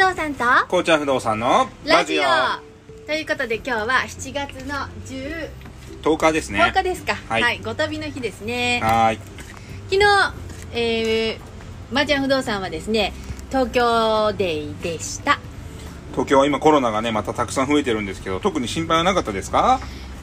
動産とこうちゃん不動産のラジオということで、今日は7月の 10日ですね。 10日ですか。 はい、 はい、ご旅の日ですね。 はい。 昨日、まーちゃん不動産はですね、東京デイでした。 東京は今コロナがねまたたくさん増えてるんですけど、特に心配はなかったですか？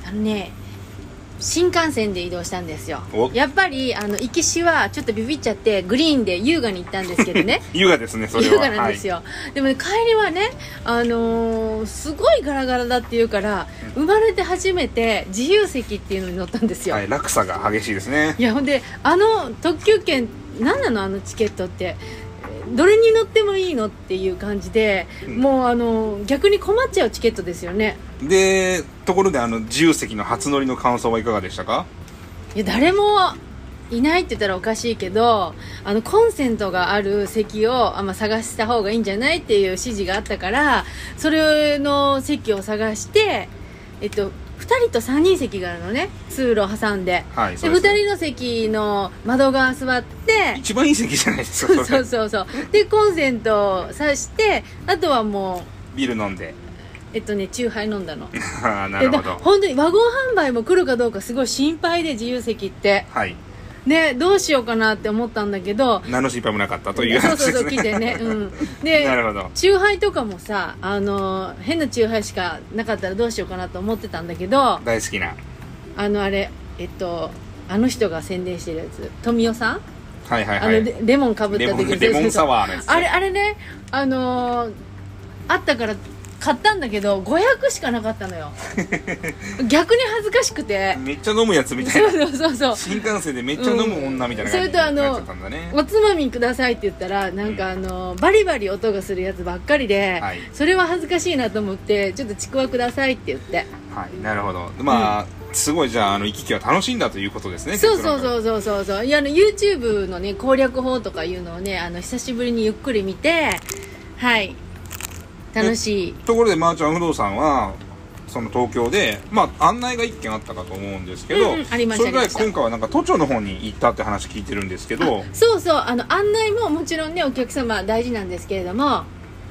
新幹線で移動したんですよ。やっぱり行きしはちょっとビビっちゃってグリーンで優雅に行ったんですけどね優雅ですね、それは。 優雅なんですよ、はい、でも、ね、帰りはね、すごいガラガラだっていうから、生まれて初めて自由席っていうのに乗ったんですよ。 はい、落差が激しいですね。 いや、ほんで特急券何なの、チケットってどれに乗ってもいいのっていう感じで、もう逆に困っちゃうチケットですよね。 で、ところで自由席の初乗りの感想はいかがでしたか？ いや、誰もいないって言ったらおかしいけど、コンセントがある席を探した方がいいんじゃないっていう指示があったから、それの席を探して、2人と3人席があるのね、通路を挟んで、 はい、 で2人の席の窓側座って、 一番いい席じゃないですか。 そうでコンセントを挿して、あとはもうビール飲んでチューハイ飲んだのなるほど。 本当にワゴン販売も来るかどうかすごい心配で、自由席って、 はいね、どうしようかなって思ったんだけど、 何の心配もなかったという話ですね。 そう来てね、でなるほど。 チューハイとかもさ、変なチューハイしかなかったらどうしようかなと思ってたんだけど、 大好きなあの人が宣伝してるやつ、富代さん、 はいレモンかぶった時にレモンサワーのやつ、 あれね、あったから買ったんだけど、500しかなかったのよ逆に恥ずかしくて、 めっちゃ飲むやつみたいな。 そう新幹線でめっちゃ飲む女みたいな感じになっちゃったんだね。 おつまみくださいって言ったら、なんかバリバリ音がするやつばっかりで、はい、それは恥ずかしいなと思って、ちょっとちくわくださいって言って、 はい、なるほど。すごい、じゃあ行き来は楽しんだということですね。 そう、いや、YouTube のね攻略法とかいうのをね、久しぶりにゆっくり見て、はい、楽しい。 ところで、まーちゃん不動産はその東京で、案内が1件あったかと思うんですけど、 ありました。 それぐらい今回はなんか都庁の方に行ったって話聞いてるんですけど、 そう、案内ももちろんね、お客様大事なんですけれども、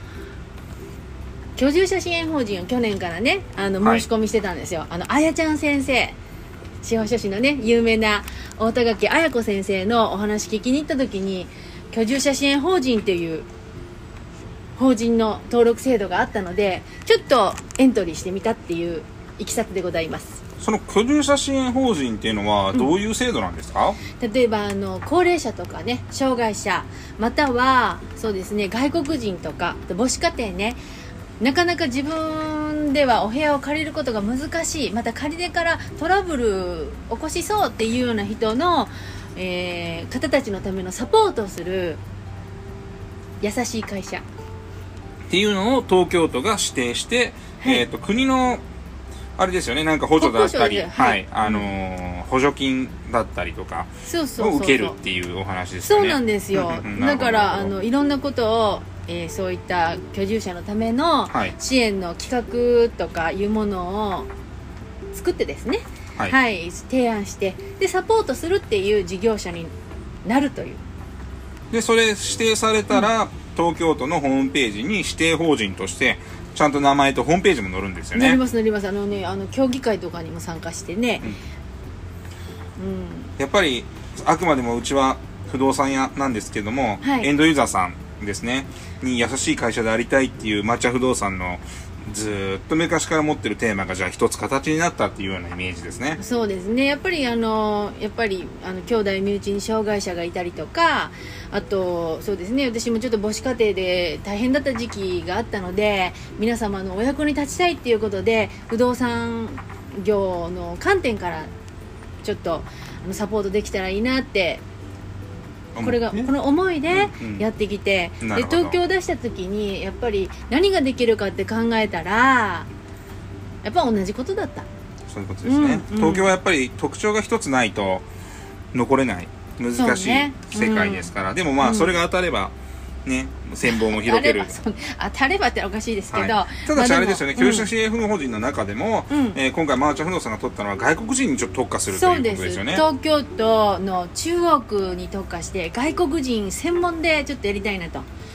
居住者支援法人を去年からね申し込みしてたんですよ。あやちゃん先生、司法書士のね有名な大田垣綾子先生のお話聞きに行った時に、居住者支援法人っていう法人の登録制度があったので、ちょっとエントリーしてみたっていういきさつでございます。 その居住者支援法人っていうのはどういう制度なんですか？ 例えば高齢者とかね、障害者、またはそうですね、外国人とか母子家庭ね、なかなか自分ではお部屋を借りることが難しい、また借りてからトラブル起こしそうっていうような人の、方たちのためのサポートをする優しい会社っていうのを東京都が指定して、 はい、 国のあれですよね、なんか補助だったり、補助金だったりとかを受けるっていうお話ですよね。 そうなんですよだからいろんなことを、そういった居住者のための支援の企画とかいうものを作ってですね、提案して、でサポートするっていう事業者になるという。でそれ指定されたら、東京都のホームページに指定法人としてちゃんと名前とホームページも載るんですよね。 なります。協議会とかにも参加してね、 やっぱりあくまでもうちは不動産屋なんですけども、エンドユーザーさんですねに優しい会社でありたいっていう抹茶不動産のずっと昔から持ってるテーマが、じゃあ一つ形になったっていうようなイメージですね。 そうですね。やっぱり兄弟身内に障害者がいたりとか、あとそうですね、私もちょっと母子家庭で大変だった時期があったので、皆様のお役に立ちたいっていうことで、不動産業の観点からちょっとサポートできたらいいなって、この思いでやってきて、で東京を出した時にやっぱり何ができるかって考えたら、やっぱ同じことだった。 そういうことですね、東京はやっぱり特徴が一つないと残れない難しい世界ですから、でもそれが当たればね、戦望も広げる。 当たればっておかしいですけど、 ただしあれですよね、居住者支援法人の中でも、今回マーチャ不動産が取ったのは外国人にちょっと特化するということですよね。 東京都の中央区に特化して外国人専門でちょっとやりたいなと。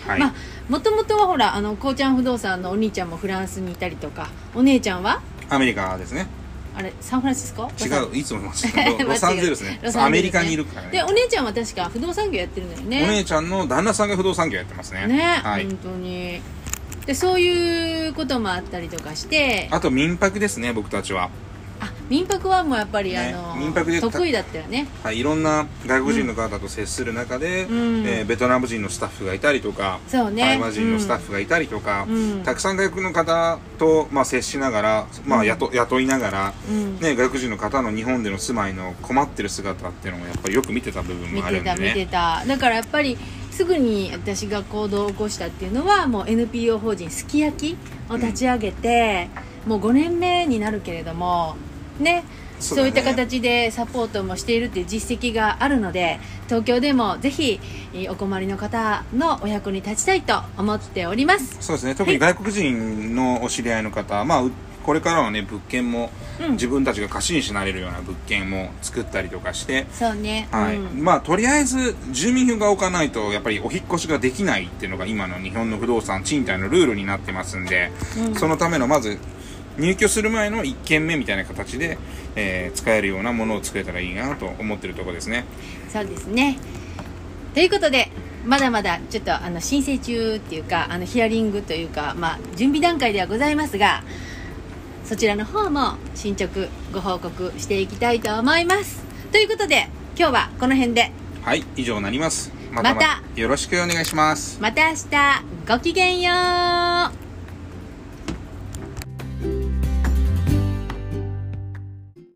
はい、 まあもともとはほらこうちゃん不動産のお兄ちゃんもフランスにいたりとか、お姉ちゃんはアメリカですね。 あれサンフランシスコ？ 違う、いつも言いますロサンゼルスね。アメリカにいるからね。 でお姉ちゃんは確か不動産業やってるんだよね。 お姉ちゃんの旦那さんが不動産業やってますね。 ね、 はい、 本当に。でそういうこともあったりとかして、 あと民泊ですね、僕たちは。 民泊はもうやっぱり、 ね、民泊で得意だったよね。 はい、いろんな外国人の方と接する中で、ベトナム人のスタッフがいたりとか、 そうね、 台湾人のスタッフがいたりとか、たくさん外国の方と、接しながら、雇いながら、外国人の方の日本での住まいの困ってる姿っていうのをやっぱりよく見てた部分もあるんでね。 見てた。だからやっぱりすぐに私が行動を起こしたっていうのは、もう NPO 法人すき焼きを立ち上げて、もう5年目になるけれどもね、そういった形でサポートもしているっていう実績があるので、東京でもぜひお困りの方のお役に立ちたいと思っております。 そうですね、特に外国人のお知り合いの方、これからはね、物件も、自分たちが貸し主になれるような物件も作ったりとかして、 そうね、 はい、とりあえず住民票が置かないとやっぱりお引っ越しができないっていうのが今の日本の不動産賃貸のルールになってますんで、そのためのまず入居する前の1軒目みたいな形で、使えるようなものを作れたらいいなと思ってるところですね。 そうですね。ということで、まだまだちょっと申請中っていうかヒアリングというか、準備段階ではございますが、そちらの方も進捗ご報告していきたいと思います。ということで今日はこの辺で、 はい、以上になります。またよろしくお願いします。 また明日、ごきげんよう。